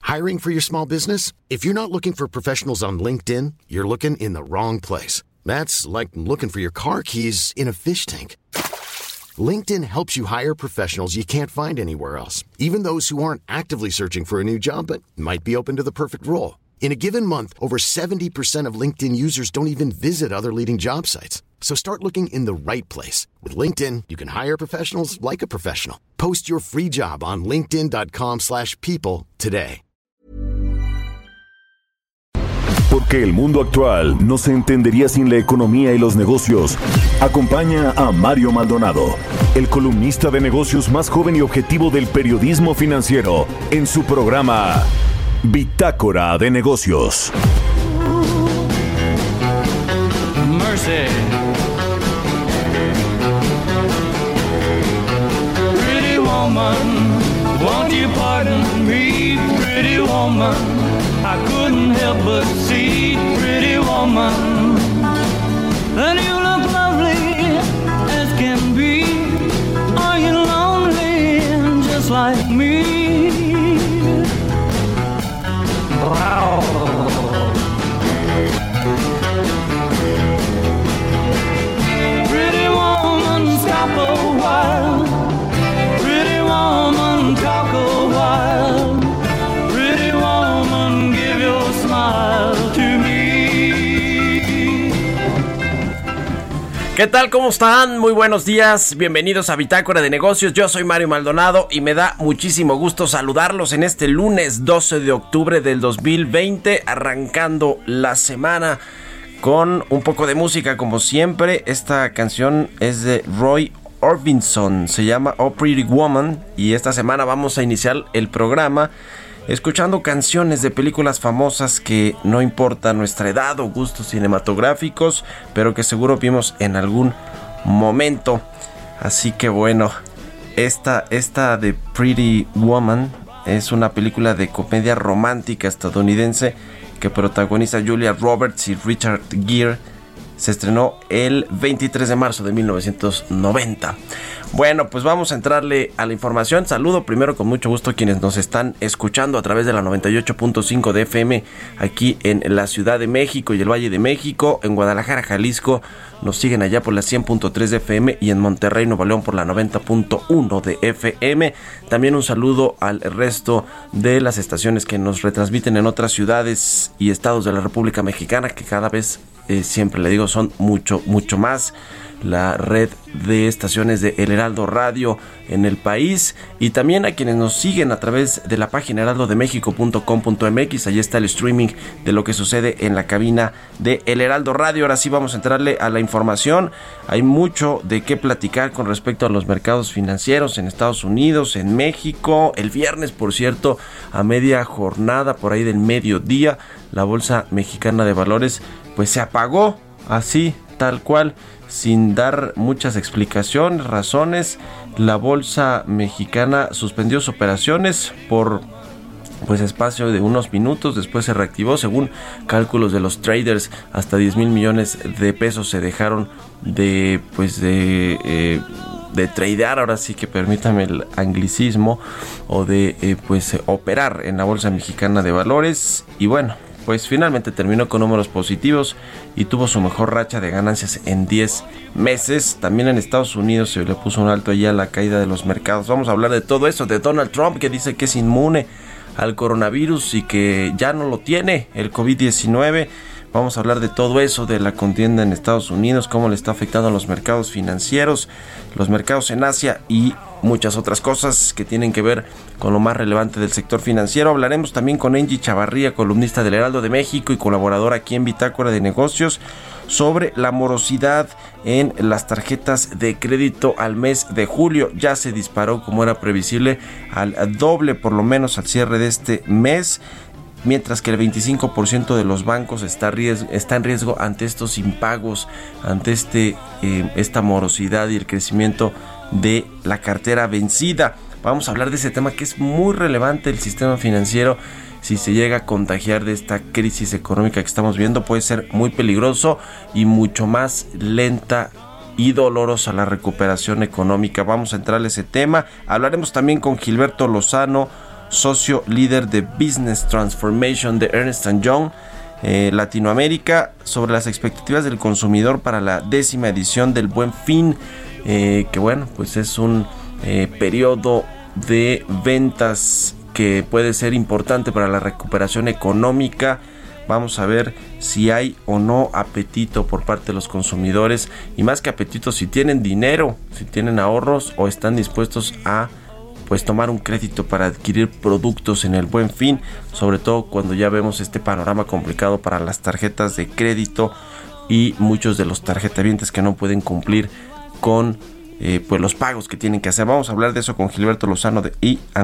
Hiring for your small business? If you're not looking for professionals on LinkedIn, you're looking in the wrong place. That's like looking for your car keys in a fish tank. LinkedIn helps you hire professionals you can't find anywhere else, even those who aren't actively searching for a new job but might be open to the perfect role. In a given month, over 70% of LinkedIn users don't even visit other leading job sites. So start looking in the right place. With LinkedIn, you can hire professionals like a professional. Post your free job on linkedin.com/people today. Porque el mundo actual no se entendería sin la economía y los negocios. Acompaña a Mario Maldonado, el columnista de negocios más joven y objetivo del periodismo financiero, en su programa Bitácora de Negocios. Mercy. Pretty woman, won't you pardon me, pretty woman? I couldn't help but see, pretty woman, and you look lovely as can be. Are you lonely just like me? Wow. Pretty woman, stop a while. Pretty woman, talk a while. Pretty woman, give your smile to me. ¿Qué tal? ¿Cómo están? Muy buenos días, bienvenidos a Bitácora de Negocios. Yo soy Mario Maldonado y me da muchísimo gusto saludarlos en este lunes 12 de octubre del 2020, arrancando la semana con un poco de música como siempre. Esta canción es de Roy Orbison, se llama Oh Pretty Woman, y esta semana vamos a iniciar el programa escuchando canciones de películas famosas que no importa nuestra edad o gustos cinematográficos, pero que seguro vimos en algún momento. Así que bueno, esta de Pretty Woman es una película de comedia romántica estadounidense que protagoniza Julia Roberts y Richard Gere. Se estrenó el 23 de marzo de 1990. Bueno, pues vamos a entrarle a la información. Saludo primero con mucho gusto a quienes nos están escuchando a través de la 98.5 de FM aquí en la Ciudad de México y el Valle de México. En Guadalajara, Jalisco, nos siguen allá por la 100.3 de FM y en Monterrey, Nuevo León, por la 90.1 de FM. También un saludo al resto de las estaciones que nos retransmiten en otras ciudades y estados de la República Mexicana, que cada vez, siempre le digo, son mucho más. La red de estaciones de El Heraldo Radio en el país, y también a quienes nos siguen a través de la página heraldodemexico.com.mx. Allí está el streaming de lo que sucede en la cabina de El Heraldo Radio. Ahora sí vamos a entrarle a la información. Hay mucho de qué platicar con respecto a los mercados financieros en Estados Unidos, en México. El viernes, por cierto, a media jornada, por ahí del mediodía, la Bolsa Mexicana de Valores pues se apagó así, tal cual, sin dar muchas explicaciones, razones. La bolsa mexicana suspendió sus operaciones por espacio de unos minutos. Después se reactivó. Según cálculos de los traders, hasta 10,000 millones de pesos se dejaron de tradear, ahora sí que permítame el anglicismo, o de operar en la Bolsa Mexicana de Valores. Y bueno, pues finalmente terminó con números positivos y tuvo su mejor racha de ganancias en 10 meses. También en Estados Unidos se le puso un alto allí a la caída de los mercados. Vamos a hablar de todo eso, de Donald Trump, que dice que es inmune al coronavirus y que ya no lo tiene, el COVID-19. Vamos a hablar de todo eso, de la contienda en Estados Unidos, cómo le está afectando a los mercados financieros, los mercados en Asia y muchas otras cosas que tienen que ver con lo más relevante del sector financiero. Hablaremos también con Angie Chavarría, columnista del Heraldo de México y colaboradora aquí en Bitácora de Negocios, sobre la morosidad en las tarjetas de crédito al mes de julio. Ya se disparó, como era previsible, al doble, por lo menos al cierre de este mes, mientras que el 25% de los bancos está en riesgo ante estos impagos, ante esta morosidad y el crecimiento de la cartera vencida. Vamos a hablar de ese tema que es muy relevante. El sistema financiero, si se llega a contagiar de esta crisis económica que estamos viendo, puede ser muy peligroso y mucho más lenta y dolorosa la recuperación económica. Vamos a entrar a ese tema. Hablaremos también con Gilberto Lozano, socio líder de Business Transformation de Ernst & Young Latinoamérica, sobre las expectativas del consumidor para la 10ª edición del Buen Fin, que bueno, pues es un periodo de ventas que puede ser importante para la recuperación económica. Vamos a ver si hay o no apetito por parte de los consumidores, y más que apetito, si tienen dinero, si tienen ahorros o están dispuestos a pues tomar un crédito para adquirir productos en el Buen Fin, sobre todo cuando ya vemos este panorama complicado para las tarjetas de crédito y muchos de los tarjetavientes que no pueden cumplir con pues los pagos que tienen que hacer. Vamos a hablar de eso con Gilberto Lozano de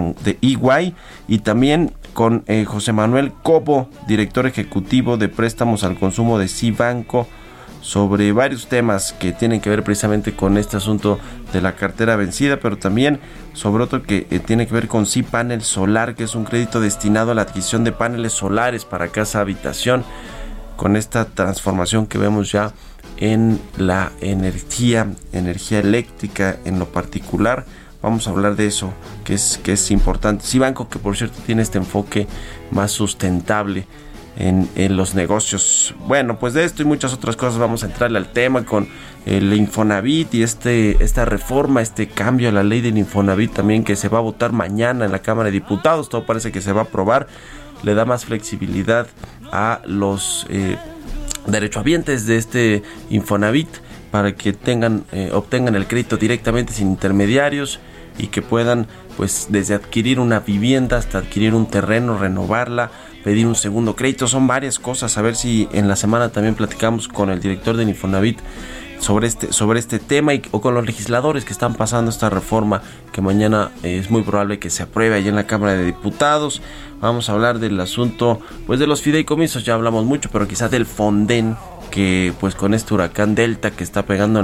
EY, y también con José Manuel Cobo, director ejecutivo de préstamos al consumo de Cibanco, sobre varios temas que tienen que ver precisamente con este asunto de la cartera vencida, pero también sobre otro que tiene que ver con Cipanel Solar, que es un crédito destinado a la adquisición de paneles solares para casa habitación, con esta transformación que vemos ya en la energía eléctrica en lo particular. Vamos a hablar de eso, que es importante. Cibanco, que por cierto tiene este enfoque más sustentable en los negocios. Bueno, pues de esto y muchas otras cosas vamos a entrarle al tema con el Infonavit y esta reforma, este cambio a la ley del Infonavit también, que se va a votar mañana en la Cámara de Diputados. Todo parece que se va a aprobar. Le da más flexibilidad a los derechohabientes de este Infonavit para que obtengan el crédito directamente sin intermediarios, y que puedan, pues, desde adquirir una vivienda hasta adquirir un terreno, renovarla, pedir un segundo crédito. Son varias cosas. A ver si en la semana también platicamos con el director del Infonavit sobre este tema, o con los legisladores que están pasando esta reforma, que mañana es muy probable que se apruebe allá en la Cámara de Diputados. Vamos a hablar del asunto, pues, de los fideicomisos. Ya hablamos mucho, pero quizás del Fonden, que pues con este huracán Delta que está pegando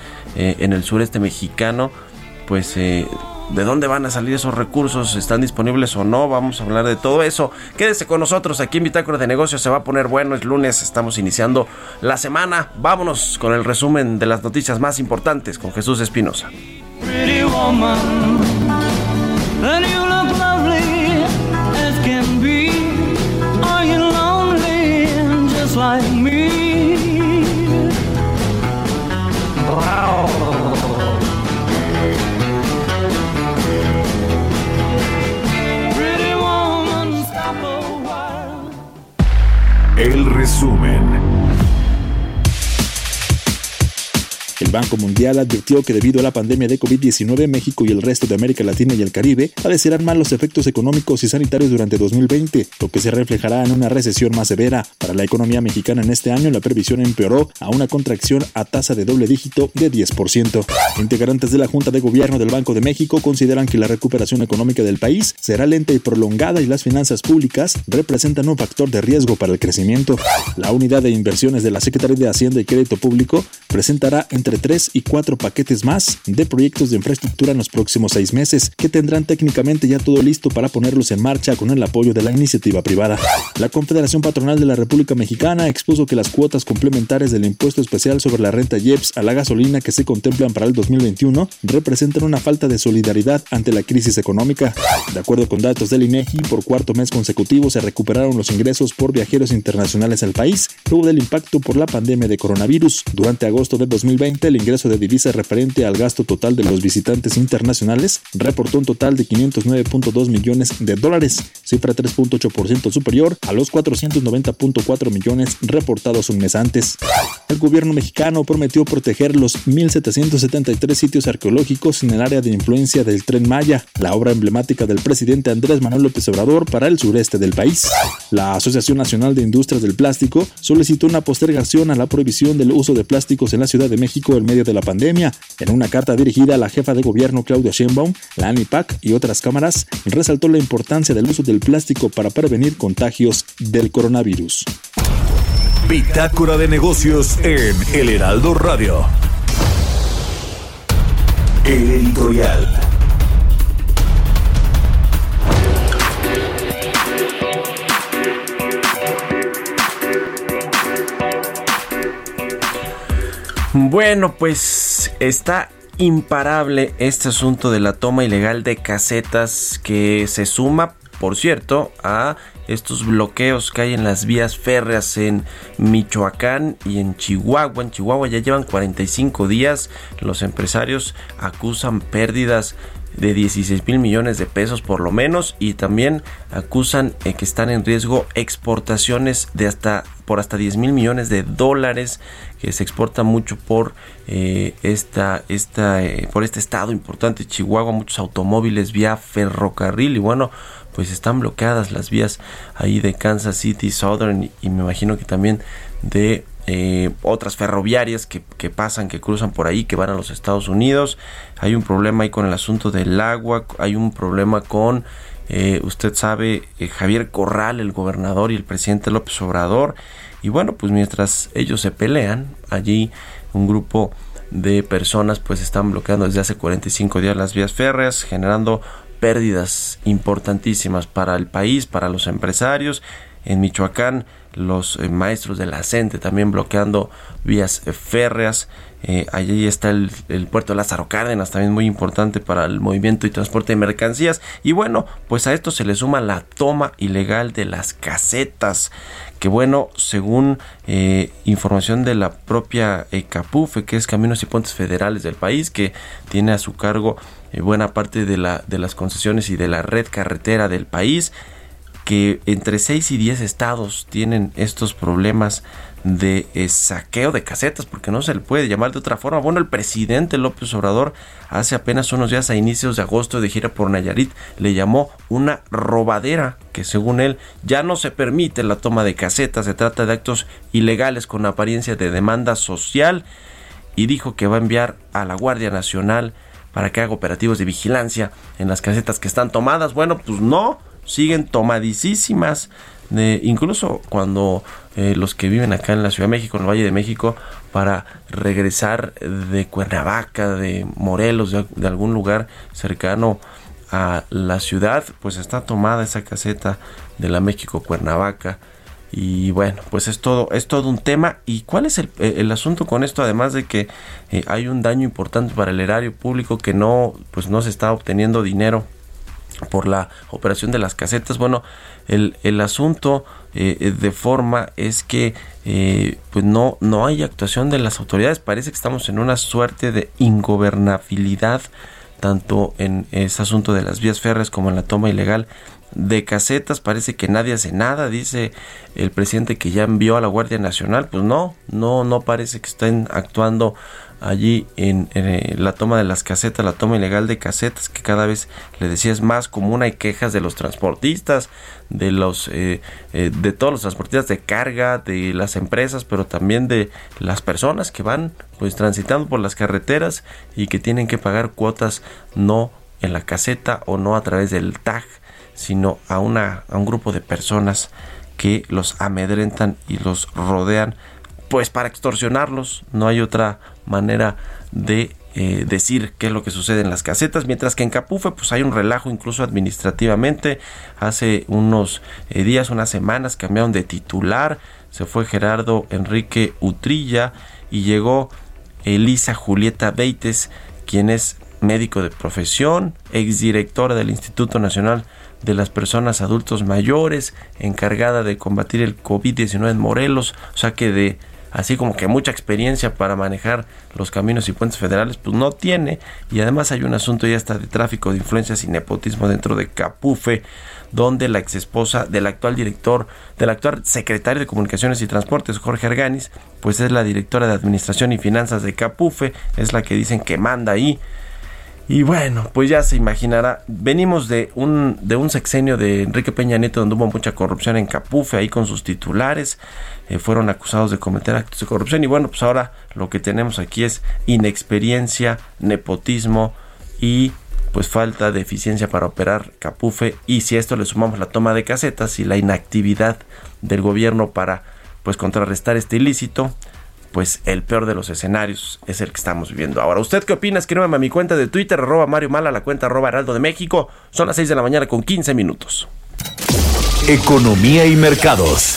en el sureste mexicano, pues ¿de dónde van a salir esos recursos? ¿Están disponibles o no? Vamos a hablar de todo eso. Quédese con nosotros aquí en Bitácora de Negocios. Se va a poner bueno. Es lunes, estamos iniciando la semana. Vámonos con el resumen de las noticias más importantes con Jesús Espinosa. Pretty woman, and you look lovely as can be. Are you lonely just like me? Pretty woman, stop a while. El resumen. El Banco Mundial advirtió que debido a la pandemia de COVID-19, México y el resto de América Latina y el Caribe padecerán más los efectos económicos y sanitarios durante 2020, lo que se reflejará en una recesión más severa. Para la economía mexicana en este año, la previsión empeoró a una contracción a tasa de doble dígito de 10%. Integrantes de la Junta de Gobierno del Banco de México consideran que la recuperación económica del país será lenta y prolongada, y las finanzas públicas representan un factor de riesgo para el crecimiento. La Unidad de Inversiones de la Secretaría de Hacienda y Crédito Público presentará entre 3 y 4 paquetes más de proyectos de infraestructura en los próximos 6 meses, que tendrán técnicamente ya todo listo para ponerlos en marcha con el apoyo de la iniciativa privada. La Confederación Patronal de la República Mexicana expuso que las cuotas complementarias del impuesto especial sobre la renta IEPS a la gasolina que se contemplan para el 2021 representan una falta de solidaridad ante la crisis económica. De acuerdo con datos del INEGI, por cuarto mes consecutivo se recuperaron los ingresos por viajeros internacionales al país luego del impacto por la pandemia de coronavirus. Durante agosto de 2020, el ingreso de divisas referente al gasto total de los visitantes internacionales reportó un total de $509.2 millones, cifra 3.8% superior a los $490.4 millones reportados un mes antes. El gobierno mexicano prometió proteger los 1,773 sitios arqueológicos en el área de influencia del Tren Maya, la obra emblemática del presidente Andrés Manuel López Obrador para el sureste del país. La Asociación Nacional de Industrias del Plástico solicitó una postergación a la prohibición del uso de plásticos en la Ciudad de México en medio de la pandemia. En una carta dirigida a la jefa de gobierno Claudia Sheinbaum, la ANIPAC y otras cámaras resaltó la importancia del uso del plástico para prevenir contagios del coronavirus. Bitácora de Negocios en El Heraldo Radio. El editorial. Bueno, pues está imparable este asunto de la toma ilegal de casetas, que se suma por cierto, a estos bloqueos que hay en las vías férreas en Michoacán y en Chihuahua. En Chihuahua ya llevan 45 días. Los empresarios acusan pérdidas de 16 mil millones de pesos por lo menos, y también acusan que están en riesgo exportaciones de por hasta 10 mil millones de dólares, que se exporta mucho por por este estado importante, Chihuahua, muchos automóviles vía ferrocarril, y bueno, pues están bloqueadas las vías ahí de Kansas City Southern, y me imagino que también de otras ferroviarias que pasan, que cruzan por ahí, que van a los Estados Unidos. Hay un problema ahí con el asunto del agua, hay un problema con, usted sabe, Javier Corral, el gobernador, y el presidente López Obrador. Y bueno, pues mientras ellos se pelean, allí un grupo de personas pues están bloqueando desde hace 45 días las vías férreas, generando pérdidas importantísimas para el país, para los empresarios. En Michoacán, los maestros de la CENTE también bloqueando vías férreas. Allí está el puerto de Lázaro Cárdenas, también muy importante para el movimiento y transporte de mercancías. Y bueno, pues a esto se le suma la toma ilegal de las casetas, que bueno, según información de la propia CAPUFE, que es Caminos y Puentes Federales del país, que tiene a su cargo buena parte de las concesiones y de la red carretera del país, que entre 6 y 10 estados tienen estos problemas de saqueo de casetas, porque no se le puede llamar de otra forma. Bueno, el presidente López Obrador hace apenas unos días, a inicios de agosto, de gira por Nayarit, le llamó una robadera, que según él ya no se permite la toma de casetas, se trata de actos ilegales con apariencia de demanda social, y dijo que va a enviar a la Guardia Nacional para que haga operativos de vigilancia en las casetas que están tomadas. Bueno, pues no, siguen tomadísimas, incluso cuando los que viven acá en la Ciudad de México, en el Valle de México, para regresar de Cuernavaca, de Morelos, de algún lugar cercano a la ciudad, pues está tomada esa caseta de la México Cuernavaca. Y bueno, pues es todo un tema. ¿Y cuál es el asunto con esto? Además de que hay un daño importante para el erario público, que no se está obteniendo dinero por la operación de las casetas. Bueno, el asunto de forma es que pues no hay actuación de las autoridades. Parece que estamos en una suerte de ingobernabilidad, tanto en ese asunto de las vías férreas como en la toma ilegal de casetas. Parece que nadie hace nada. Dice el presidente que ya envió a la Guardia Nacional. Pues no parece que estén actuando allí en la toma de las casetas, la toma ilegal de casetas, que cada vez, le decía, es más común. Hay quejas de los transportistas, de todos los transportistas de carga, de las empresas, pero también de las personas que van pues transitando por las carreteras y que tienen que pagar cuotas, no en la caseta o no a través del TAG, sino a un grupo de personas que los amedrentan y los rodean, pues para extorsionarlos. No hay otra manera de decir qué es lo que sucede en las casetas. Mientras que en CAPUFE pues hay un relajo incluso administrativamente. Hace unos días, unas semanas, cambiaron de titular. Se fue Gerardo Enrique Utrilla y llegó Elisa Julieta Beites, quien es médico de profesión, exdirectora del Instituto Nacional de las Personas Adultos Mayores, encargada de combatir el COVID-19 en Morelos. O sea que así como que mucha experiencia para manejar los caminos y puentes federales pues no tiene. Y además hay un asunto ya está de tráfico de influencias y nepotismo dentro de CAPUFE, donde la exesposa del actual secretario de Comunicaciones y Transportes, Jorge Arganis, pues es la directora de Administración y Finanzas de CAPUFE, es la que dicen que manda ahí. Y bueno, pues ya se imaginará, venimos de un sexenio de Enrique Peña Nieto donde hubo mucha corrupción en CAPUFE, ahí con sus titulares, fueron acusados de cometer actos de corrupción. Y bueno, pues ahora lo que tenemos aquí es inexperiencia, nepotismo y pues falta de eficiencia para operar CAPUFE. Y si a esto le sumamos la toma de casetas y la inactividad del gobierno para pues contrarrestar este ilícito, pues el peor de los escenarios es el que estamos viviendo ahora. ¿Usted qué opina? Escríbame a mi cuenta de Twitter, @Mario Mal, a la cuenta @Heraldo de México. Son las 6 de la mañana con 15 minutos. Economía y mercados.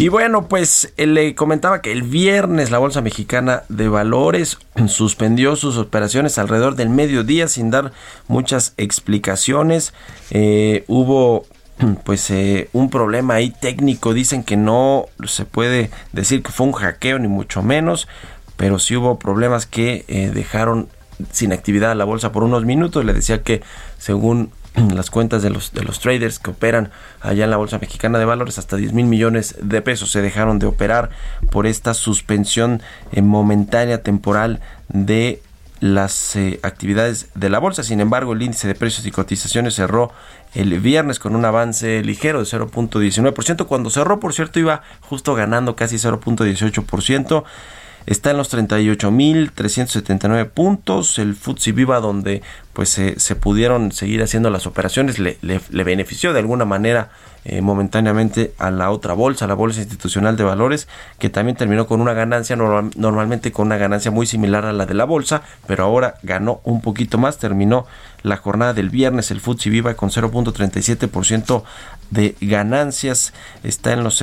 Y bueno, pues le comentaba que el viernes la Bolsa Mexicana de Valores suspendió sus operaciones alrededor del mediodía sin dar muchas explicaciones. Hubo pues un problema ahí técnico. Dicen que no se puede decir que fue un hackeo ni mucho menos, pero sí hubo problemas que dejaron sin actividad a la bolsa por unos minutos. Le decía que según las cuentas de los traders que operan allá en la Bolsa Mexicana de Valores, hasta 10,000 millones de pesos se dejaron de operar por esta suspensión momentánea, temporal de las actividades de la bolsa. Sin embargo, el índice de precios y cotizaciones cerró el viernes con un avance ligero de 0.19%. Cuando cerró, por cierto, iba justo ganando casi 0.18%. Está en los 38,379 puntos. El FTSE Viva, donde pues se pudieron seguir haciendo las operaciones, le benefició de alguna manera momentáneamente a la otra bolsa, la Bolsa Institucional de Valores, que también terminó con una ganancia, normalmente con una ganancia muy similar a la de la bolsa, pero ahora ganó un poquito más. Terminó la jornada del viernes el FTSE Viva con 0.37% de ganancias. Está en los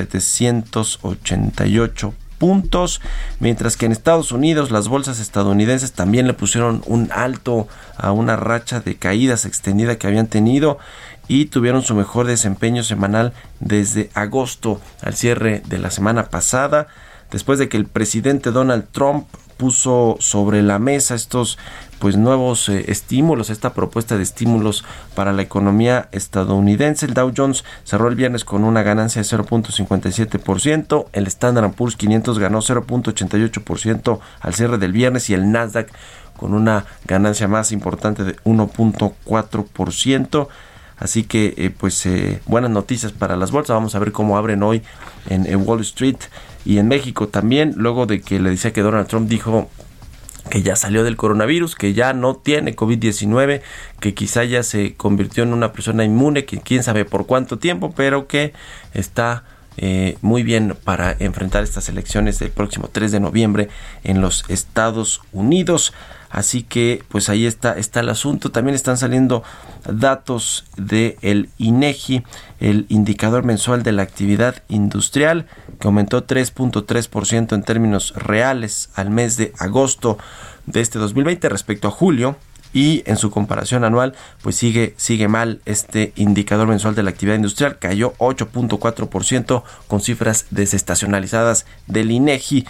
788 puntos, mientras que en Estados Unidos las bolsas estadounidenses también le pusieron un alto a una racha de caídas extendida que habían tenido y tuvieron su mejor desempeño semanal desde agosto al cierre de la semana pasada, después de que el presidente Donald Trump puso sobre la mesa estos pues nuevos estímulos, esta propuesta de estímulos para la economía estadounidense. El Dow Jones cerró el viernes con una ganancia de 0.57%, el Standard & Poor's 500 ganó 0.88% al cierre del viernes y el Nasdaq con una ganancia más importante de 1.4%. Así que buenas noticias para las bolsas. Vamos a ver cómo abren hoy en Wall Street y en México también, luego de que le decía que Donald Trump dijo que ya salió del coronavirus, que ya no tiene COVID-19, que quizá ya se convirtió en una persona inmune, que quién sabe por cuánto tiempo, pero que está muy bien para enfrentar estas elecciones del próximo 3 de noviembre en los Estados Unidos. Así que pues ahí está el asunto. También están saliendo datos del INEGI, el indicador mensual de la actividad industrial, que aumentó 3.3% en términos reales al mes de agosto de este 2020 respecto a julio. Y en su comparación anual, pues sigue mal este indicador mensual de la actividad industrial. Cayó 8.4% con cifras desestacionalizadas del INEGI.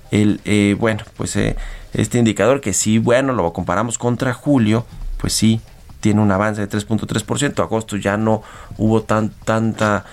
Este indicador que sí, lo comparamos contra julio, pues sí tiene un avance de 3.3%. Agosto ya no hubo tanta,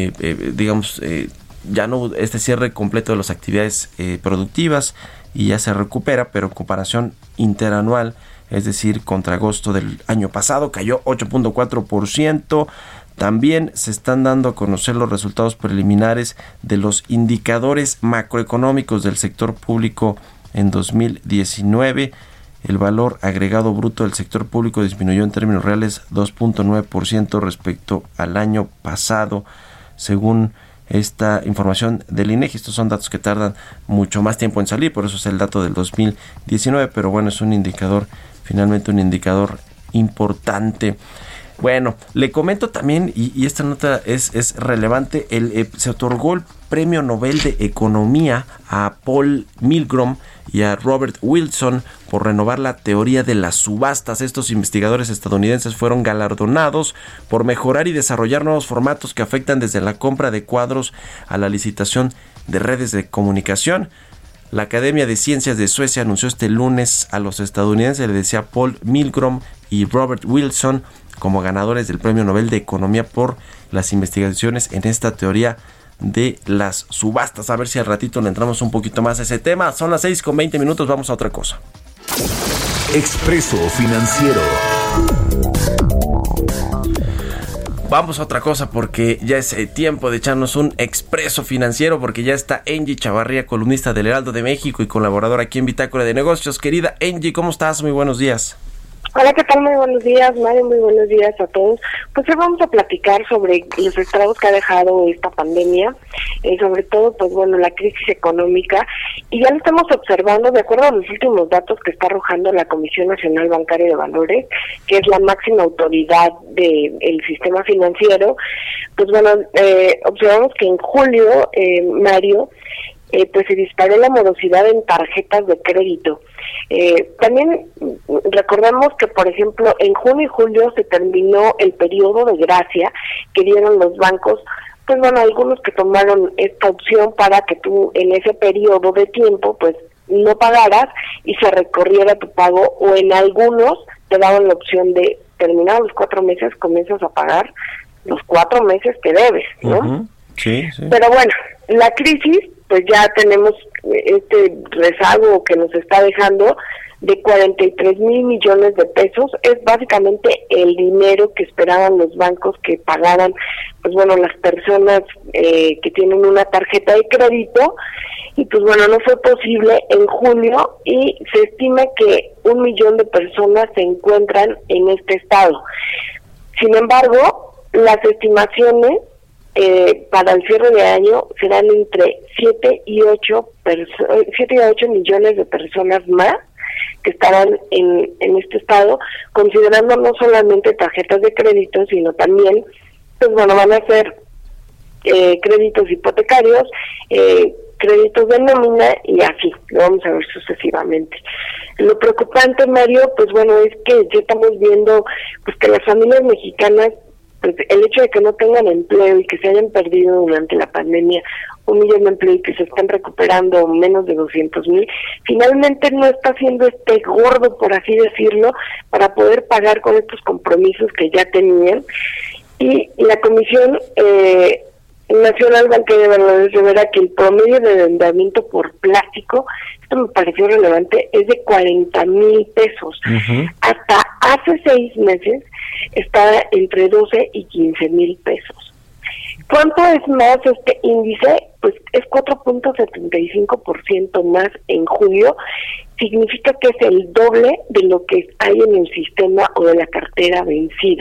ya no hubo este cierre completo de las actividades productivas y ya se recupera, pero en comparación interanual, es decir, contra agosto del año pasado, cayó 8.4%. También se están dando a conocer los resultados preliminares de los indicadores macroeconómicos del sector público en 2019. El valor agregado bruto del sector público disminuyó en términos reales 2.9% respecto al año pasado, según esta información del INEGI. Estos son datos que tardan mucho más tiempo en salir, por eso es el dato del 2019, pero bueno, es un indicador, finalmente un indicador importante. Bueno, le comento también, y esta nota es relevante, se otorgó el Premio Nobel de Economía a Paul Milgrom y a Robert Wilson por renovar la teoría de las subastas. Estos investigadores estadounidenses fueron galardonados por mejorar y desarrollar nuevos formatos que afectan desde la compra de cuadros a la licitación de redes de comunicación. La Academia de Ciencias de Suecia anunció este lunes a los estadounidenses, le decía Paul Milgrom y Robert Wilson, como ganadores del Premio Nobel de Economía por las investigaciones en esta teoría de las subastas. A ver si al ratito le entramos un poquito más a ese tema. Son las 6:20, vamos a otra cosa. Expreso Financiero. Vamos a otra cosa porque ya es tiempo de echarnos un expreso financiero, porque ya está Angie Chavarría, columnista del Heraldo de México y colaboradora aquí en Bitácora de Negocios. Querida Angie, ¿cómo estás? Muy buenos días. Hola, ¿qué tal? Muy buenos días, Mario, muy buenos días a todos. Pues hoy vamos a platicar sobre los estragos que ha dejado esta pandemia, sobre todo, pues bueno, la crisis económica, y ya lo estamos observando de acuerdo a los últimos datos que está arrojando la Comisión Nacional Bancaria de Valores, que es la máxima autoridad del sistema financiero. Pues bueno, observamos que en julio, Mario, pues se disparó la morosidad en tarjetas de crédito. También recordemos que, por ejemplo, en junio y julio se terminó el periodo de gracia que dieron los bancos. Pues bueno, algunos que tomaron esta opción para que tú en ese periodo de tiempo pues no pagaras y se recorriera tu pago, o en algunos te daban la opción de terminar los 4 meses, comienzas a pagar los 4 meses que debes, ¿no? Uh-huh. Sí. Pero bueno, la crisis, pues ya tenemos este rezago que nos está dejando de 43,000 millones de pesos. Es básicamente el dinero que esperaban los bancos que pagaran, pues bueno, las personas que tienen una tarjeta de crédito, y pues bueno, no fue posible en julio, y se estima que 1 millón de personas se encuentran en este estado. Sin embargo, las estimaciones para el cierre de año serán entre 7 y 8 millones de personas más que estarán en este estado, considerando no solamente tarjetas de crédito, sino también, pues bueno, van a ser créditos hipotecarios, créditos de nómina, y así lo vamos a ver sucesivamente. Lo preocupante, Mario, pues bueno, es que ya estamos viendo pues que las familias mexicanas, pues el hecho de que no tengan empleo y que se hayan perdido durante la pandemia 1 millón de empleo y que se están recuperando menos de 200,000, finalmente no está haciendo este gordo, por así decirlo, para poder pagar con estos compromisos que ya tenían. Y la Comisión Nacional Bancaria de Valores revela que el promedio de endeudamiento por plástico, esto me pareció relevante, es de 40,000 pesos. Uh-huh. Hasta hace 6 meses está entre 12 y 15,000 pesos. ¿Cuánto es más este índice? Pues es 4.75% más en julio. Significa que es el doble de lo que hay en el sistema o de la cartera vencida.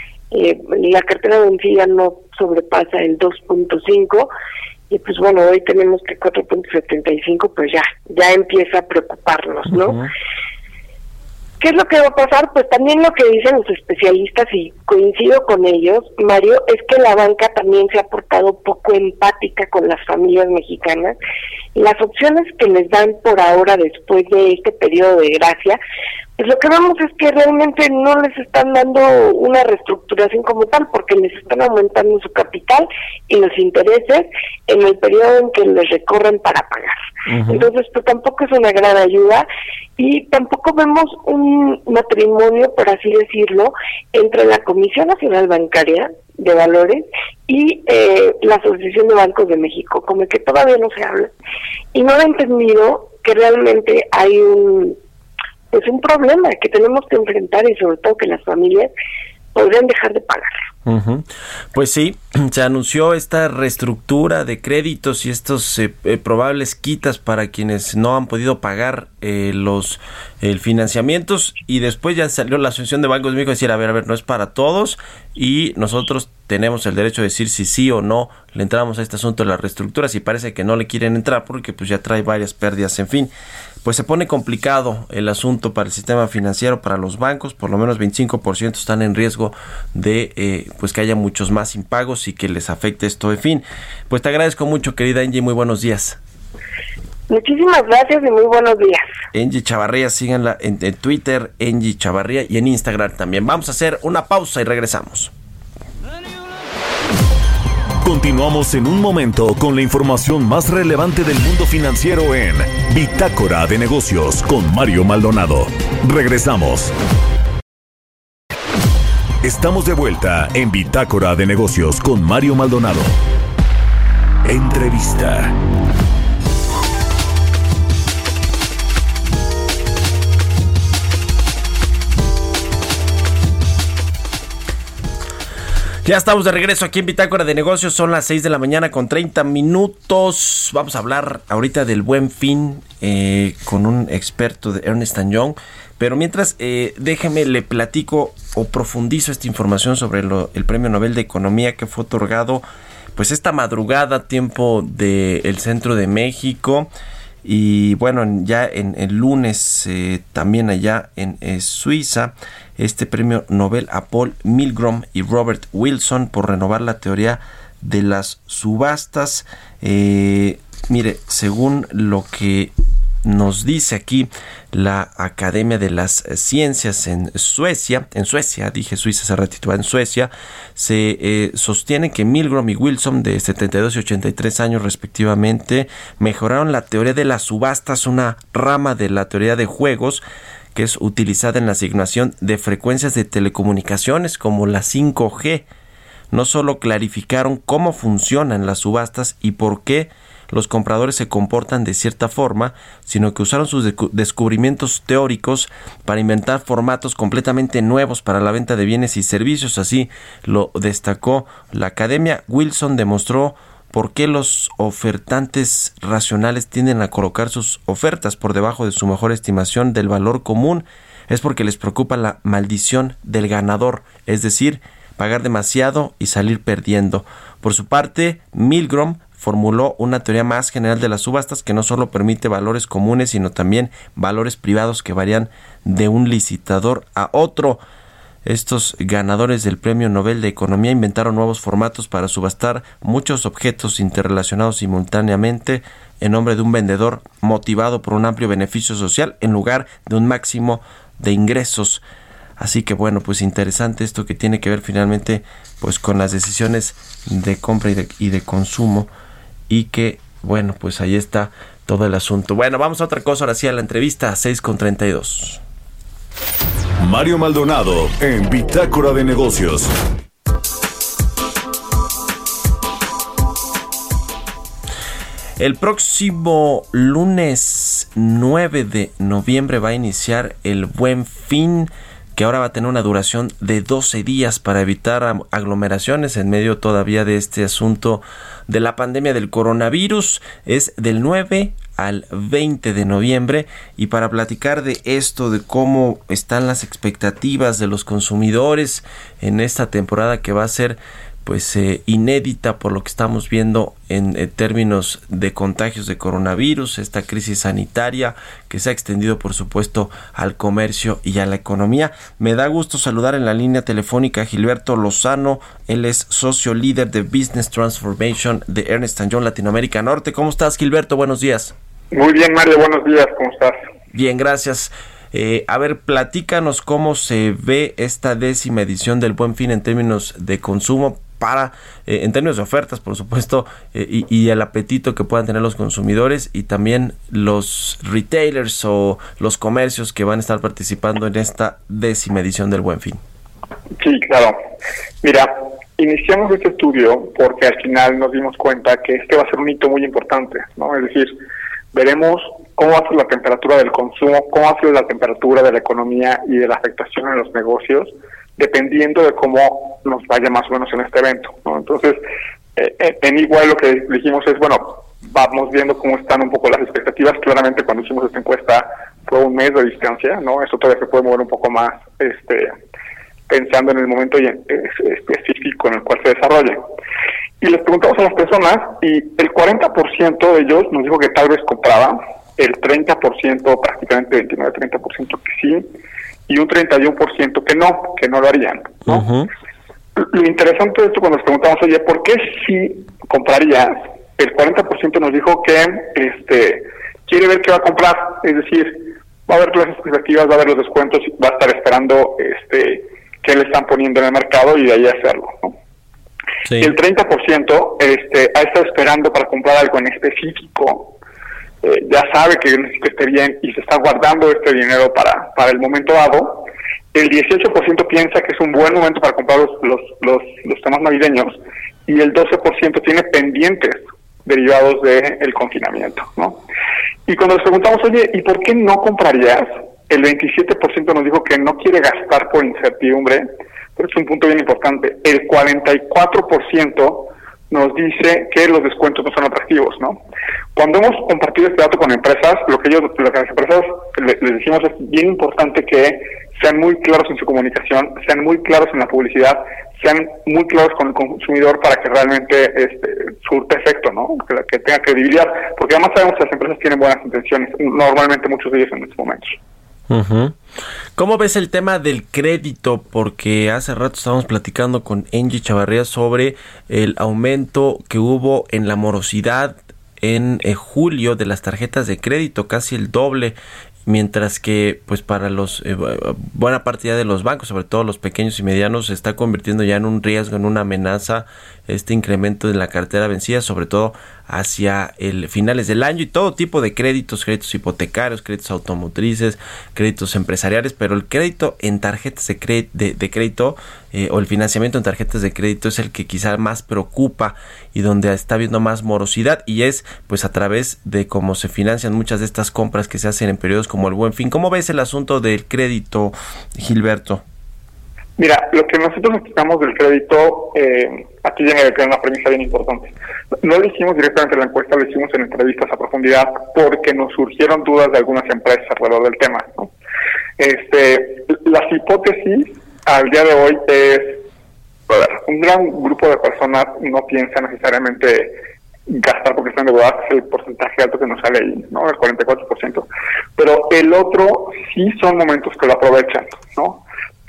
La cartera vencida no sobrepasa el 2.5, y pues bueno, hoy tenemos que 4.75, pues ya empieza a preocuparnos, ¿no? Uh-huh. ¿Qué es lo que va a pasar? Pues también lo que dicen los especialistas, y coincido con ellos, Mario, es que la banca también se ha portado poco empática con las familias mexicanas. Las opciones que les dan por ahora después de este periodo de gracia, pues lo que vemos es que realmente no les están dando una reestructuración como tal, porque les están aumentando su capital y los intereses en el periodo en que les recorren para pagar. Uh-huh. Entonces, pues tampoco es una gran ayuda, y tampoco vemos un matrimonio, por así decirlo, entre la Comisión Nacional Bancaria de Valores y la Asociación de Bancos de México, como que todavía no se habla, y no han entendido que realmente hay un problema que tenemos que enfrentar, y sobre todo que las familias podrían dejar de pagar. Uh-huh. Pues sí, se anunció esta reestructura de créditos y estos probables quitas para quienes no han podido pagar los financiamientos, y después ya salió la Asociación de Bancos de México a decir, a ver, no es para todos, y nosotros tenemos el derecho de decir si sí o no le entramos a este asunto de las reestructuras, y parece que no le quieren entrar porque pues ya trae varias pérdidas. En fin, pues se pone complicado el asunto para el sistema financiero, para los bancos. Por lo menos 25% están en riesgo de pues que haya muchos más impagos y que les afecte esto. En fin, pues te agradezco mucho, querida Angie, muy buenos días. Muchísimas gracias y muy buenos días. Angie Chavarría, síganla en Twitter, Angie Chavarría, y en Instagram también. Vamos a hacer una pausa y regresamos. Continuamos en un momento con la información más relevante del mundo financiero en Bitácora de Negocios con Mario Maldonado. Regresamos. Estamos de vuelta en Bitácora de Negocios con Mario Maldonado. Entrevista. Ya estamos de regreso aquí en Bitácora de Negocios, son las 6 de la mañana con 30 minutos. Vamos a hablar ahorita del Buen Fin con un experto de Ernst & Young, Pero mientras, déjeme, le platico o profundizo esta información sobre el Premio Nobel de Economía que fue otorgado pues esta madrugada, tiempo del centro de México. Y bueno, ya en el lunes también allá en Suiza, este premio Nobel a Paul Milgrom y Robert Wilson por renovar la teoría de las subastas. Mire, según lo que nos dice aquí la Academia de las Ciencias en Suecia, dije Suiza hace ratito, en Suecia, se sostiene que Milgrom y Wilson, de 72 y 83 años respectivamente, mejoraron la teoría de las subastas, una rama de la teoría de juegos que es utilizada en la asignación de frecuencias de telecomunicaciones como la 5G. No solo clarificaron cómo funcionan las subastas y por qué los compradores se comportan de cierta forma, sino que usaron sus descubrimientos teóricos para inventar formatos completamente nuevos para la venta de bienes y servicios. Así lo destacó la academia. Wilson demostró por qué los ofertantes racionales tienden a colocar sus ofertas por debajo de su mejor estimación del valor común. Es porque les preocupa la maldición del ganador, es decir, pagar demasiado y salir perdiendo. Por su parte, Milgrom formuló una teoría más general de las subastas que no solo permite valores comunes, sino también valores privados que varían de un licitador a otro. Estos ganadores del Premio Nobel de Economía inventaron nuevos formatos para subastar muchos objetos interrelacionados simultáneamente en nombre de un vendedor motivado por un amplio beneficio social en lugar de un máximo de ingresos. Así que bueno, pues interesante esto que tiene que ver finalmente pues con las decisiones de compra y de consumo, y que bueno, pues ahí está todo el asunto. Bueno, vamos a otra cosa, ahora sí, a la entrevista 6:32. Mario Maldonado en Bitácora de Negocios. El próximo lunes 9 de noviembre va a iniciar el Buen Fin, que ahora va a tener una duración de 12 días para evitar aglomeraciones en medio todavía de este asunto de la pandemia del coronavirus. Es del 9 al 20 de noviembre, y para platicar de esto, de cómo están las expectativas de los consumidores en esta temporada que va a ser pues inédita por lo que estamos viendo en términos de contagios de coronavirus, esta crisis sanitaria que se ha extendido por supuesto al comercio y a la economía. Me da gusto saludar en la línea telefónica a Gilberto Lozano. Él es socio líder de Business Transformation de Ernst & Young Latinoamérica Norte. ¿Cómo estás, Gilberto? Buenos días. Muy bien, Mario, buenos días, ¿cómo estás? Bien, gracias. A ver, platícanos cómo se ve esta 10ª edición del Buen Fin en términos de consumo, en términos de ofertas, por supuesto, y el apetito que puedan tener los consumidores y también los retailers o los comercios que van a estar participando en esta 10ª edición del Buen Fin. Sí, claro. Mira, iniciamos este estudio porque al final nos dimos cuenta que este va a ser un hito muy importante, ¿no? Es decir, veremos cómo va a ser la temperatura del consumo, cómo va a ser la temperatura de la economía y de la afectación en los negocios, dependiendo de cómo nos vaya más o menos en este evento, ¿no? Entonces, en igual lo que dijimos es, bueno, vamos viendo cómo están un poco las expectativas. Claramente cuando hicimos esta encuesta fue un mes de distancia, ¿no? Eso todavía se puede mover un poco más, pensando en el momento específico en el cual se desarrolla. Y les preguntamos a las personas y el 40% de ellos nos dijo que tal vez compraba, el 30%, prácticamente 29-30% que sí, y un 31% que no lo harían, ¿no? Uh-huh. Lo interesante de esto, cuando les preguntamos, oye, ¿por qué sí comprarías? El 40% nos dijo que quiere ver qué va a comprar, es decir, va a ver las expectativas, va a ver los descuentos, va a estar esperando qué le están poniendo en el mercado y de ahí hacerlo, ¿no? Sí. Y el 30% ha estado esperando para comprar algo en específico, ya sabe que esté bien y se está guardando este dinero para el momento dado. El 18% piensa que es un buen momento para comprar los temas navideños, y el 12% tiene pendientes derivados del confinamiento, ¿no? Y cuando les preguntamos, oye, ¿y por qué no comprarías? El 27% nos dijo que no quiere gastar por incertidumbre, pero es un punto bien importante. El 44% nos dice que los descuentos no son atractivos, ¿no? Cuando hemos compartido este dato con empresas, lo que las empresas les decimos es bien importante que sean muy claros en su comunicación, sean muy claros en la publicidad, sean muy claros con el consumidor para que realmente surte efecto, ¿no? Que tenga credibilidad, porque además sabemos que las empresas tienen buenas intenciones, normalmente muchos de ellos en estos momentos. Uh-huh. ¿Cómo ves el tema del crédito? Porque hace rato estábamos platicando con Angie Chavarría sobre el aumento que hubo en la morosidad en julio de las tarjetas de crédito, casi el doble, mientras que pues para los buena parte ya de los bancos, sobre todo los pequeños y medianos, se está convirtiendo ya en un riesgo, en una amenaza este incremento de la cartera vencida, sobre todo hacia el finales del año, y todo tipo de créditos hipotecarios, créditos automotrices, créditos empresariales, pero el crédito en tarjetas de crédito o el financiamiento en tarjetas de crédito es el que quizá más preocupa y donde está habiendo más morosidad, y es pues a través de cómo se financian muchas de estas compras que se hacen en periodos como el Buen Fin. ¿Cómo ves el asunto del crédito, Gilberto? Mira, lo que nosotros explicamos del crédito, aquí viene de una premisa bien importante. No lo hicimos directamente en la encuesta, lo hicimos en entrevistas a profundidad porque nos surgieron dudas de algunas empresas alrededor del tema, ¿no? Las hipótesis al día de hoy es, un gran grupo de personas no piensa necesariamente gastar porque están endeudadas, es el porcentaje alto que nos sale ahí, ¿no? El 44%. Pero el otro sí son momentos que lo aprovechan, ¿no?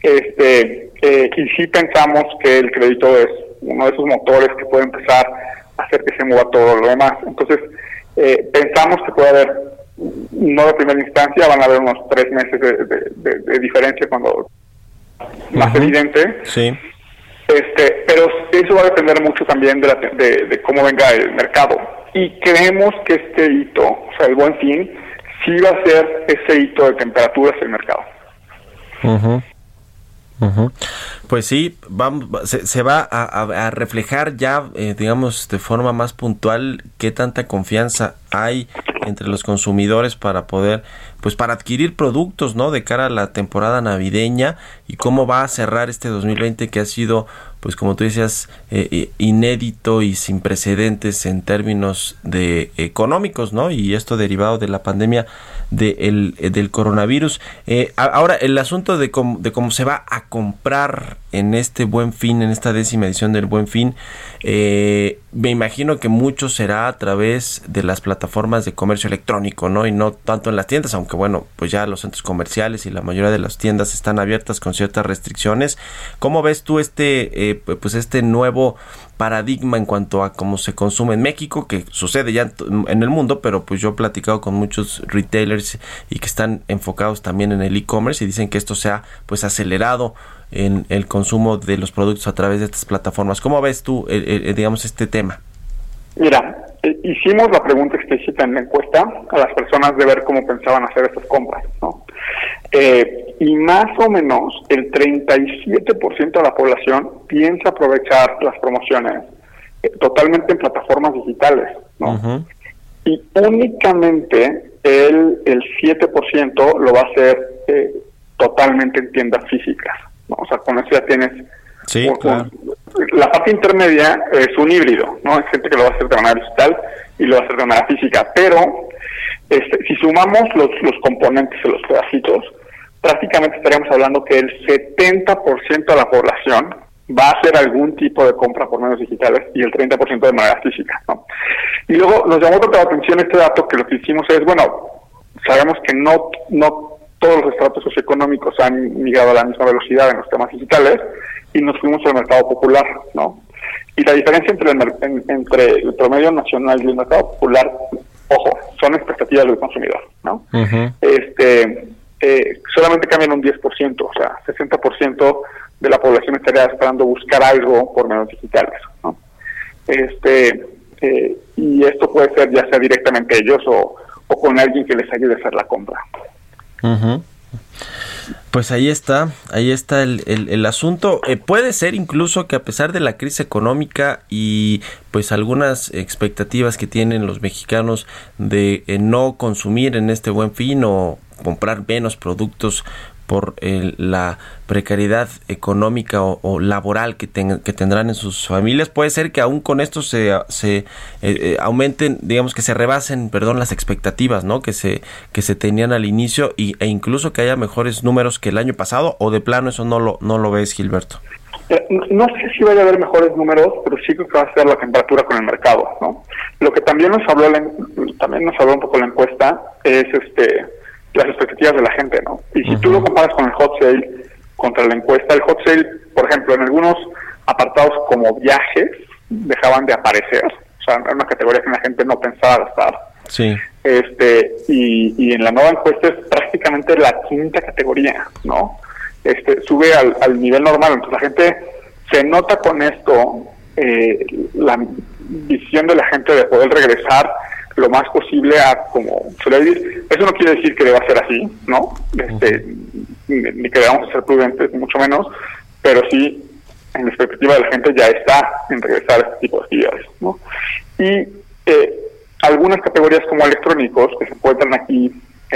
Y sí pensamos que el crédito es uno de esos motores que puede empezar a hacer que se mueva todo lo demás. Entonces, pensamos que puede haber, no de primera instancia, van a haber unos 3 meses de diferencia cuando más evidente. Sí. Pero eso va a depender mucho también de cómo venga el mercado. Y creemos que este hito, o sea, el Buen Fin, sí va a ser ese hito de temperaturas en el mercado. Uh-huh. Uh-huh. Pues sí, se va a reflejar ya, digamos, de forma más puntual qué tanta confianza hay entre los consumidores para poder, pues para adquirir productos, ¿no? De cara a la temporada navideña, y cómo va a cerrar este 2020 que ha sido, pues como tú decías, inédito y sin precedentes en términos de económicos, ¿no? Y esto derivado de la pandemia del coronavirus. Ahora, el asunto de cómo se va a comprar en este Buen Fin, en esta 10ª edición del Buen Fin, me imagino que mucho será a través de las plataformas de comercio electrónico, ¿no? Y no tanto en las tiendas, aunque bueno, pues ya los centros comerciales y la mayoría de las tiendas están abiertas con ciertas restricciones. ¿Cómo ves tú este nuevo paradigma en cuanto a cómo se consume en México, que sucede ya en el mundo, pero pues yo he platicado con muchos retailers y que están enfocados también en el e-commerce y dicen que esto se ha pues acelerado en el consumo de los productos a través de estas plataformas? ¿Cómo ves tú, digamos, este tema? Mira, hicimos la pregunta explícita en la encuesta a las personas de ver cómo pensaban hacer estas compras, ¿no? Y más o menos el 37% de la población piensa aprovechar las promociones totalmente en plataformas digitales, ¿no? Uh-huh. Y únicamente el 7% lo va a hacer totalmente en tiendas físicas, ¿no? O sea, con eso ya tienes... Sí, claro. La parte intermedia es un híbrido, ¿no? Hay gente que lo va a hacer de manera digital y lo va a hacer de manera física, pero si sumamos los componentes de los pedacitos, prácticamente estaríamos hablando que el 70% de la población va a hacer algún tipo de compra por medios digitales y el 30% de manera física, ¿no? Y luego nos llamó otra atención este dato, que lo que hicimos es, bueno, sabemos que no todos los estratos socioeconómicos han migrado a la misma velocidad en los temas digitales, y nos fuimos al mercado popular, ¿no? Y la diferencia entre el promedio nacional y el mercado popular, ojo, son expectativas del consumidor, ¿no? Uh-huh. Solamente cambian un 10%, o sea, 60% de la población estaría esperando buscar algo por medios digitales, ¿no? Y esto puede ser ya sea directamente ellos o con alguien que les ayude a hacer la compra. Uh-huh. Pues ahí está el asunto. Puede ser incluso que a pesar de la crisis económica y pues algunas expectativas que tienen los mexicanos de no consumir en este Buen Fin o comprar menos productos por la precariedad económica o laboral que tendrán en sus familias. Puede ser que aún con esto se aumenten, digamos que se rebasen, las expectativas, ¿no? que se tenían al inicio e incluso que haya mejores números que el año pasado, o de plano eso no lo ves, Gilberto. No sé si vaya a haber mejores números, pero sí creo que va a ser la temperatura con el mercado, ¿no? Lo que también nos habló un poco la encuesta es las expectativas de la gente, ¿no? Y si tú lo comparas con el hot sale contra la encuesta, el hot sale, por ejemplo, en algunos apartados como viajes dejaban de aparecer, o sea, era una categoría que la gente no pensaba gastar. Sí. Y en la nueva encuesta es prácticamente la quinta categoría, ¿no? Sube al nivel normal. Entonces la gente se nota con esto la visión de la gente de poder regresar lo más posible a como suele decir. Eso no quiere decir que deba ser así, ¿no? Ni que debamos ser prudentes, mucho menos, pero sí en la expectativa de la gente ya está en regresar a este tipo de actividades, ¿no? Y algunas categorías como electrónicos que se encuentran aquí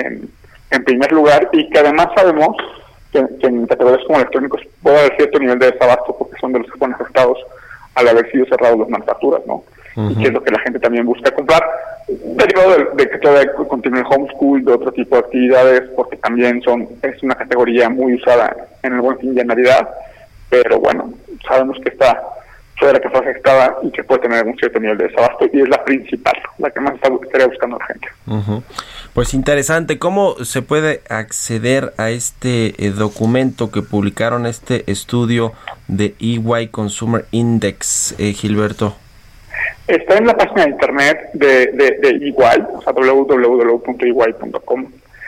en primer lugar, y que además sabemos que en categorías como electrónicos puede haber cierto nivel de desabasto porque son de los que fueron afectados al haber sido cerrados las manufacturas, ¿no? Y que es lo que la gente también busca comprar, derivado de que todavía continúe el homeschool, de otro tipo de actividades, porque también es una categoría muy usada en el Buen Fin y en Navidad, pero bueno, sabemos que está fuera, que fue afectada y que puede tener un cierto nivel de desabasto, y es la principal, la que más estaría buscando la gente. Pues interesante. ¿Cómo se puede acceder a este documento que publicaron, este estudio de EY Consumer Index, Gilberto? Está en la página de internet de EY, o sea, www.ey.com,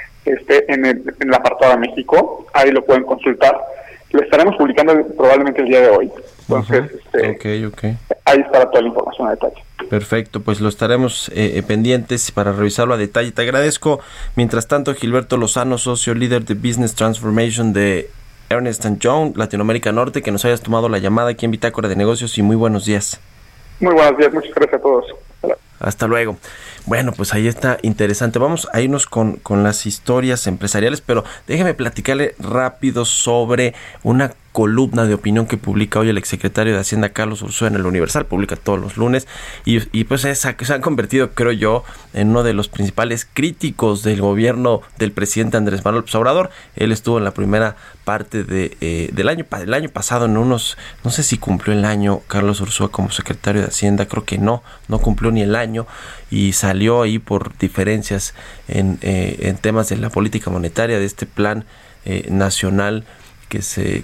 en el apartado de México, ahí lo pueden consultar. Lo estaremos publicando probablemente el día de hoy. Entonces, okay. Ahí estará toda la información a detalle. Perfecto, pues lo estaremos pendientes para revisarlo a detalle. Te agradezco, mientras tanto, Gilberto Lozano, socio líder de Business Transformation de Ernst & Young, Latinoamérica Norte, que nos hayas tomado la llamada aquí en Bitácora de Negocios, y muy buenos días. Muy buenos días, muchas gracias a todos. Hasta luego. Bueno, pues ahí está interesante. Vamos a irnos con las historias empresariales, pero déjeme platicarle rápido sobre una columna de opinión que publica hoy el exsecretario de Hacienda, Carlos Ursúa, en el Universal. Publica todos los lunes y pues se han convertido, creo yo, en uno de los principales críticos del gobierno del presidente Andrés Manuel López Obrador. Él estuvo en la primera parte del año pasado, en unos, no sé si cumplió el año Carlos Ursúa como secretario de Hacienda, creo que no cumplió ni el año, y salió ahí por diferencias en temas de la política monetaria, de este plan nacional que se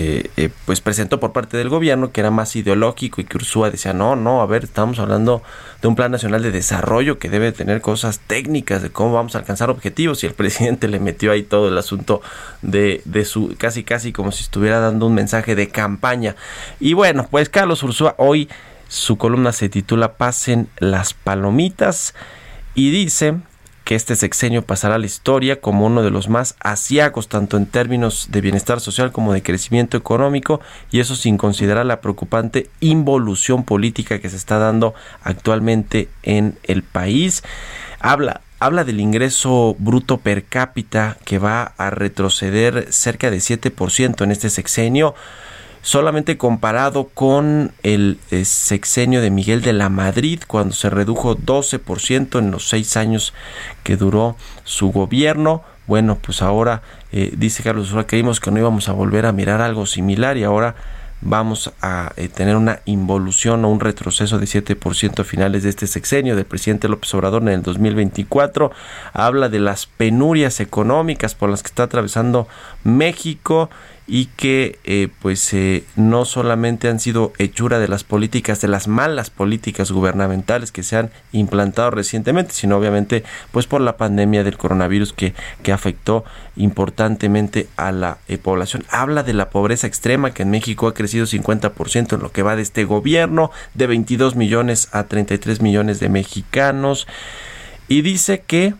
pues presentó por parte del gobierno, que era más ideológico, y que Ursúa decía, no, a ver, estamos hablando de un plan nacional de desarrollo que debe tener cosas técnicas de cómo vamos a alcanzar objetivos, y el presidente le metió ahí todo el asunto de su casi como si estuviera dando un mensaje de campaña. Y bueno, pues Carlos Ursúa hoy, su columna se titula Pasen las palomitas, y dice que este sexenio pasará a la historia como uno de los más aciagos, tanto en términos de bienestar social como de crecimiento económico, y eso sin considerar la preocupante involución política que se está dando actualmente en el país. Habla del ingreso bruto per cápita, que va a retroceder cerca de 7% en este sexenio, solamente comparado con el sexenio de Miguel de la Madrid, cuando se redujo 12% en los 6 años que duró su gobierno. Bueno, pues ahora dice Carlos Ursúa, creímos que no íbamos a volver a mirar algo similar, y ahora vamos a tener una involución o un retroceso de 7% a finales de este sexenio del presidente López Obrador en el 2024. Habla de las penurias económicas por las que está atravesando México, y que no solamente han sido hechura de las malas políticas gubernamentales que se han implantado recientemente, sino obviamente pues por la pandemia del coronavirus que afectó importantemente a la población. Habla de la pobreza extrema, que en México ha crecido 50% en lo que va de este gobierno, de 22 millones a 33 millones de mexicanos, y dice que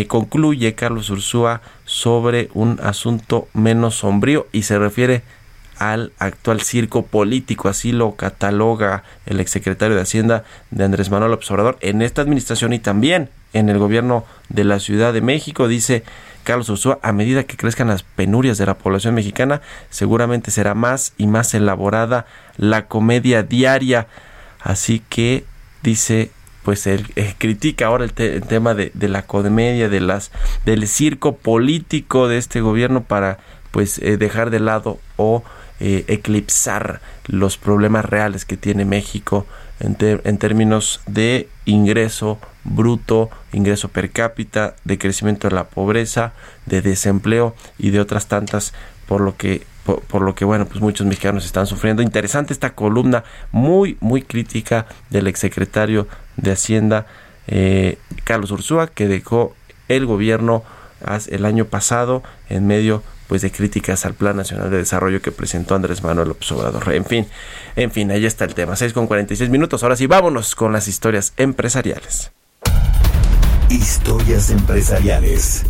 concluye Carlos Ursúa sobre un asunto menos sombrío, y se refiere al actual circo político, así lo cataloga el exsecretario de Hacienda de Andrés Manuel López Obrador en esta administración y también en el gobierno de la Ciudad de México. Dice Carlos Ursúa, a medida que crezcan las penurias de la población mexicana, seguramente será más y más elaborada la comedia diaria. Así que dice, pues él critica ahora el tema de la comedia, del circo político de este gobierno para pues dejar de lado o eclipsar los problemas reales que tiene México en términos de ingreso bruto, ingreso per cápita, de crecimiento de la pobreza, de desempleo y de otras tantas, por lo que bueno, pues muchos mexicanos están sufriendo. Interesante esta columna muy crítica del exsecretario de Hacienda Carlos Ursúa, que dejó el gobierno el año pasado en medio pues de críticas al Plan Nacional de Desarrollo que presentó Andrés Manuel López Obrador. En fin, ahí está el tema. 6:46. Ahora sí, vámonos con las historias empresariales. Historias empresariales.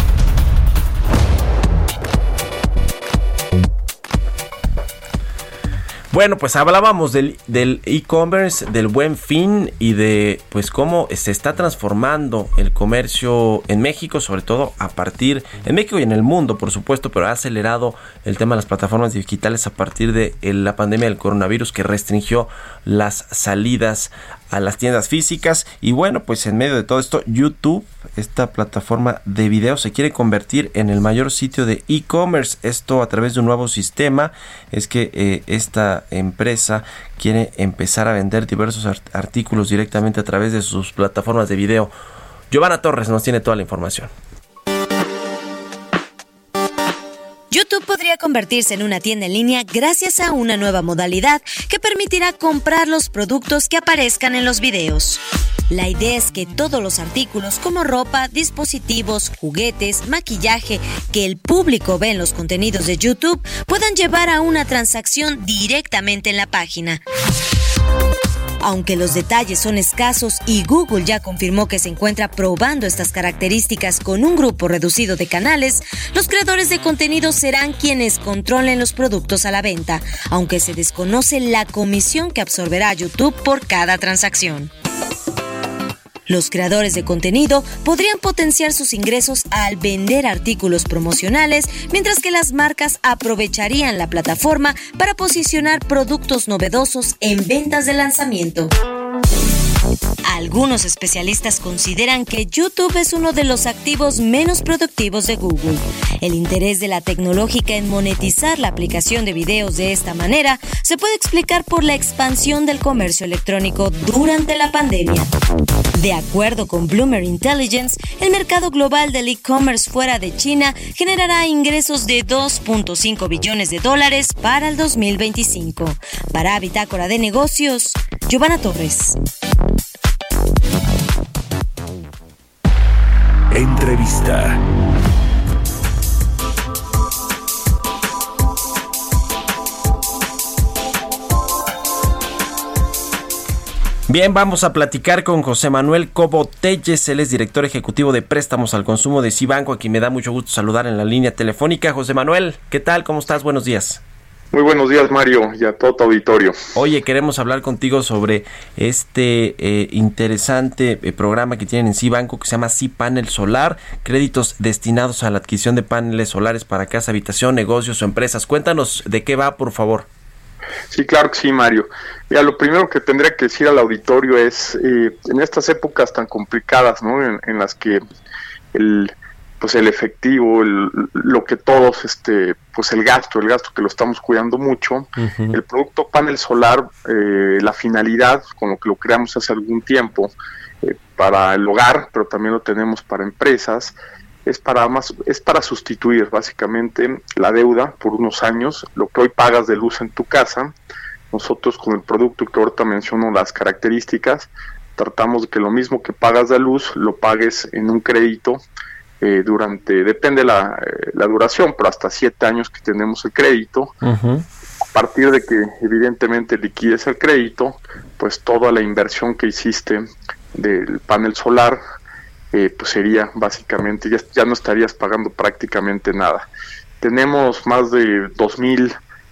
Bueno, pues hablábamos del e-commerce, del Buen Fin y de pues cómo se está transformando el comercio en México, sobre todo en México y en el mundo, por supuesto, pero ha acelerado el tema de las plataformas digitales a partir de la pandemia del coronavirus, que restringió las salidas a las tiendas físicas. Y bueno, pues en medio de todo esto, YouTube, esta plataforma de video, se quiere convertir en el mayor sitio de e-commerce. Esto a través de un nuevo sistema. Es que esta empresa quiere empezar a vender diversos artículos directamente a través de sus plataformas de video. Giovanna Torres nos tiene toda la información. YouTube podría convertirse en una tienda en línea gracias a una nueva modalidad que permitirá comprar los productos que aparezcan en los videos. La idea es que todos los artículos como ropa, dispositivos, juguetes, maquillaje que el público ve en los contenidos de YouTube puedan llevar a una transacción directamente en la página. Aunque los detalles son escasos y Google ya confirmó que se encuentra probando estas características con un grupo reducido de canales, los creadores de contenido serán quienes controlen los productos a la venta, aunque se desconoce la comisión que absorberá YouTube por cada transacción. Los creadores de contenido podrían potenciar sus ingresos al vender artículos promocionales, mientras que las marcas aprovecharían la plataforma para posicionar productos novedosos en ventas de lanzamiento. Algunos especialistas consideran que YouTube es uno de los activos menos productivos de Google. El interés de la tecnológica en monetizar la aplicación de videos de esta manera se puede explicar por la expansión del comercio electrónico durante la pandemia. De acuerdo con Bloomberg Intelligence, el mercado global del e-commerce fuera de China generará ingresos de $2.5 billones para el 2025. Para Bitácora de Negocios, Giovanna Torres. Entrevista. Bien, vamos a platicar con José Manuel Cobo Telles. Él es director ejecutivo de préstamos al consumo de Cibanco, a quien me da mucho gusto saludar en la línea telefónica. José Manuel, ¿qué tal? ¿Cómo estás? Buenos días. Muy buenos días, Mario, y a todo tu auditorio. Oye, queremos hablar contigo sobre este interesante programa que tienen en Cibanco que se llama Cipanel Solar, créditos destinados a la adquisición de paneles solares para casa, habitación, negocios o empresas. Cuéntanos de qué va, por favor. Sí, claro que sí, Mario. Mira, lo primero que tendría que decir al auditorio es, en estas épocas tan complicadas, ¿no?, en las que el efectivo, lo que todos, pues el gasto que lo estamos cuidando mucho, uh-huh. El producto panel solar, la finalidad con lo que lo creamos hace algún tiempo, para el hogar, pero también lo tenemos para empresas, es para sustituir básicamente la deuda por unos años, lo que hoy pagas de luz en tu casa. Nosotros con el producto que ahorita menciono las características, tratamos de que lo mismo que pagas de luz lo pagues en un crédito depende la duración, pero hasta 7 años que tenemos el crédito. Uh-huh. A partir de que evidentemente liquides el crédito, pues toda la inversión que hiciste del panel solar, pues sería básicamente, ya no estarías pagando prácticamente nada. Tenemos más de 2,000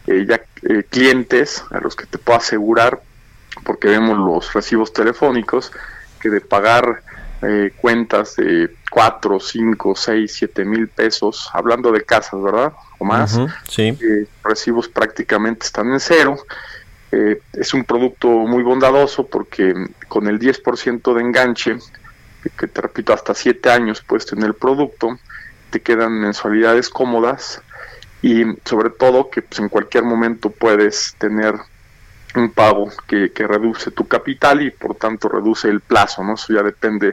clientes a los que te puedo asegurar, porque vemos los recibos telefónicos, que de pagar cuentas de 4, 5, 6, 7 mil pesos, hablando de casas, ¿verdad? O más, sí. Recibos prácticamente están en cero. Es un producto muy bondadoso porque con el 10% de enganche, que te repito, hasta 7 años puesto en el producto, te quedan mensualidades cómodas y sobre todo que pues, en cualquier momento puedes tener un pago que reduce tu capital y por tanto reduce el plazo, ¿no? Eso ya depende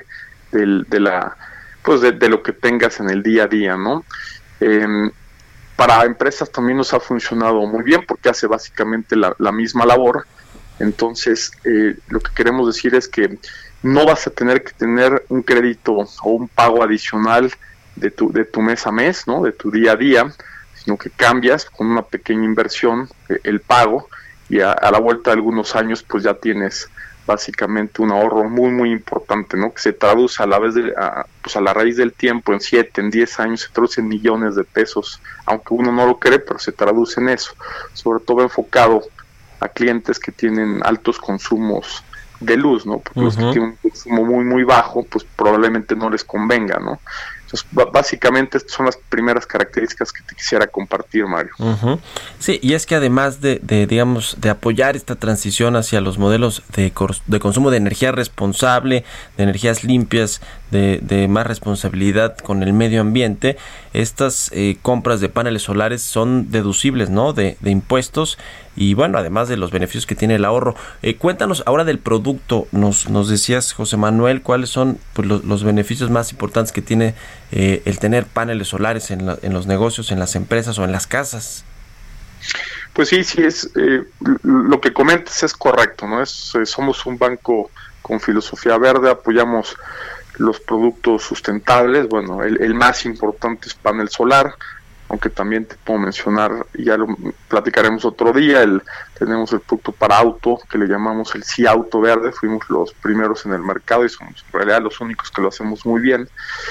de lo que tengas en el día a día, ¿no? Para empresas también nos ha funcionado muy bien porque hace básicamente la misma labor. Entonces, lo que queremos decir es que no vas a tener que tener un crédito o un pago adicional de tu mes a mes, ¿no? De tu día a día, sino que cambias con una pequeña inversión el pago y a la vuelta de algunos años pues ya tienes básicamente un ahorro muy muy importante, ¿no? Que se traduce a la raíz del tiempo, en 7, en 10 años se traduce en millones de pesos, aunque uno no lo cree, pero se traduce en eso, sobre todo enfocado a clientes que tienen altos consumos de luz, ¿no? Porque los que tienen un consumo muy muy bajo, pues probablemente no les convenga, ¿no? Entonces, básicamente estas son las primeras características que te quisiera compartir, Mario. Sí, y es que además de apoyar esta transición hacia los modelos de consumo de energía responsable, de energías limpias, de más responsabilidad con el medio ambiente, estas compras de paneles solares son deducibles, ¿no? De impuestos y bueno, además de los beneficios que tiene el ahorro. Cuéntanos ahora del producto. Nos decías, José Manuel, cuáles son pues, los beneficios más importantes que tiene el tener paneles solares en los negocios, en las empresas o en las casas. Pues sí, es lo que comentas es correcto, ¿no? Somos un banco con filosofía verde, apoyamos los productos sustentables. Bueno, el más importante es panel solar, aunque también te puedo mencionar, y ya lo platicaremos otro día, tenemos el producto para auto, que le llamamos el Sí Auto Verde. Fuimos los primeros en el mercado y somos en realidad los únicos que lo hacemos muy bien.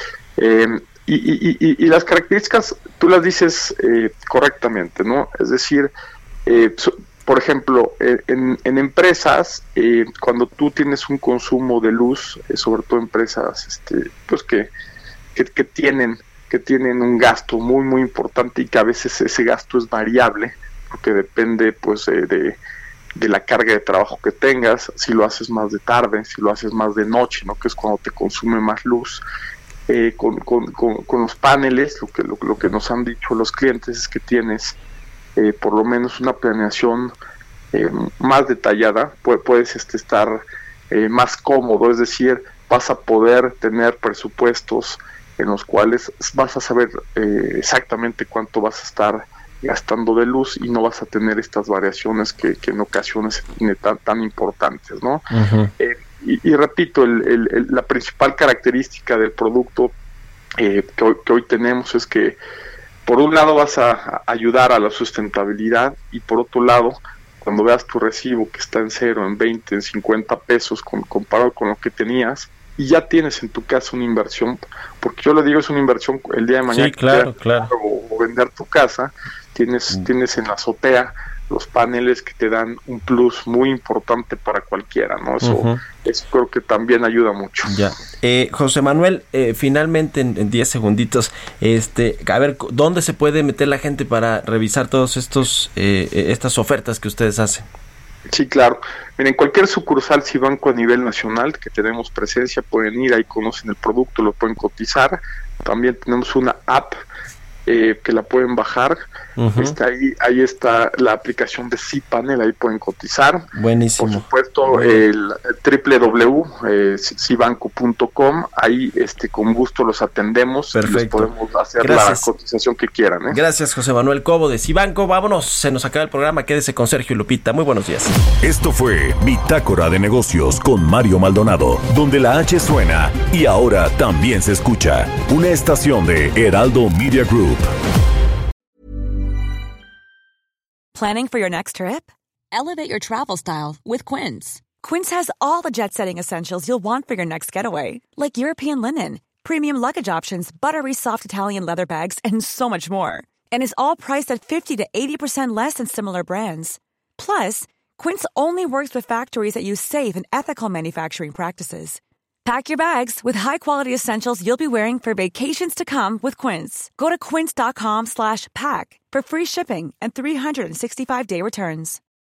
Y las características, tú las dices correctamente, ¿no? Es decir, por ejemplo, en empresas, cuando tú tienes un consumo de luz, sobre todo empresas pues que tienen un gasto muy muy importante y que a veces ese gasto es variable porque depende pues de la carga de trabajo que tengas, si lo haces más de tarde, si lo haces más de noche, ¿no? Que es cuando te consume más luz. Con los paneles, lo que nos han dicho los clientes es que tienes por lo menos una planeación más detallada, puedes estar más cómodo, es decir, vas a poder tener presupuestos en los cuales vas a saber exactamente cuánto vas a estar gastando de luz y no vas a tener estas variaciones que en ocasiones se tienen tan importantes, ¿no? Y repito, la principal característica del producto que hoy tenemos es que por un lado vas a ayudar a la sustentabilidad y por otro lado, cuando veas tu recibo que está en 0, en 20, en 50 pesos comparado con lo que tenías, y ya tienes en tu casa una inversión, porque yo le digo es una inversión el día de mañana, sí, claro. O vender tu casa, tienes en la azotea los paneles que te dan un plus muy importante para cualquiera, ¿no? Eso creo que también ayuda mucho. Ya. José Manuel, finalmente en 10 segunditos, a ver, ¿dónde se puede meter la gente para revisar todos estas ofertas que ustedes hacen? Sí, claro. Miren, cualquier sucursal Cibanco a nivel nacional que tenemos presencia, pueden ir, ahí conocen el producto, lo pueden cotizar. También tenemos una app que la pueden bajar. Ahí está la aplicación de C-Panel, ahí pueden cotizar. Buenísimo. Por supuesto, el www.cibanco.com, ahí con gusto los atendemos. Perfecto. Y les podemos hacer Gracias. La cotización que quieran. Gracias, José Manuel Cobo de Cibanco. Vámonos, se nos acaba el programa, quédese con Sergio y Lupita. Muy buenos días. Esto fue Bitácora de Negocios con Mario Maldonado, donde la H suena y ahora también se escucha. Una estación de Heraldo Media Group. Planning for your next trip? Elevate your travel style with Quince. Quince has all the jet-setting essentials you'll want for your next getaway, like European linen, premium luggage options, buttery soft Italian leather bags, and so much more. And is all priced at 50 to 80% less than similar brands. Plus, Quince only works with factories that use safe and ethical manufacturing practices. Pack your bags with high-quality essentials you'll be wearing for vacations to come with Quince. Go to quince.com/pack for free shipping and 365-day returns.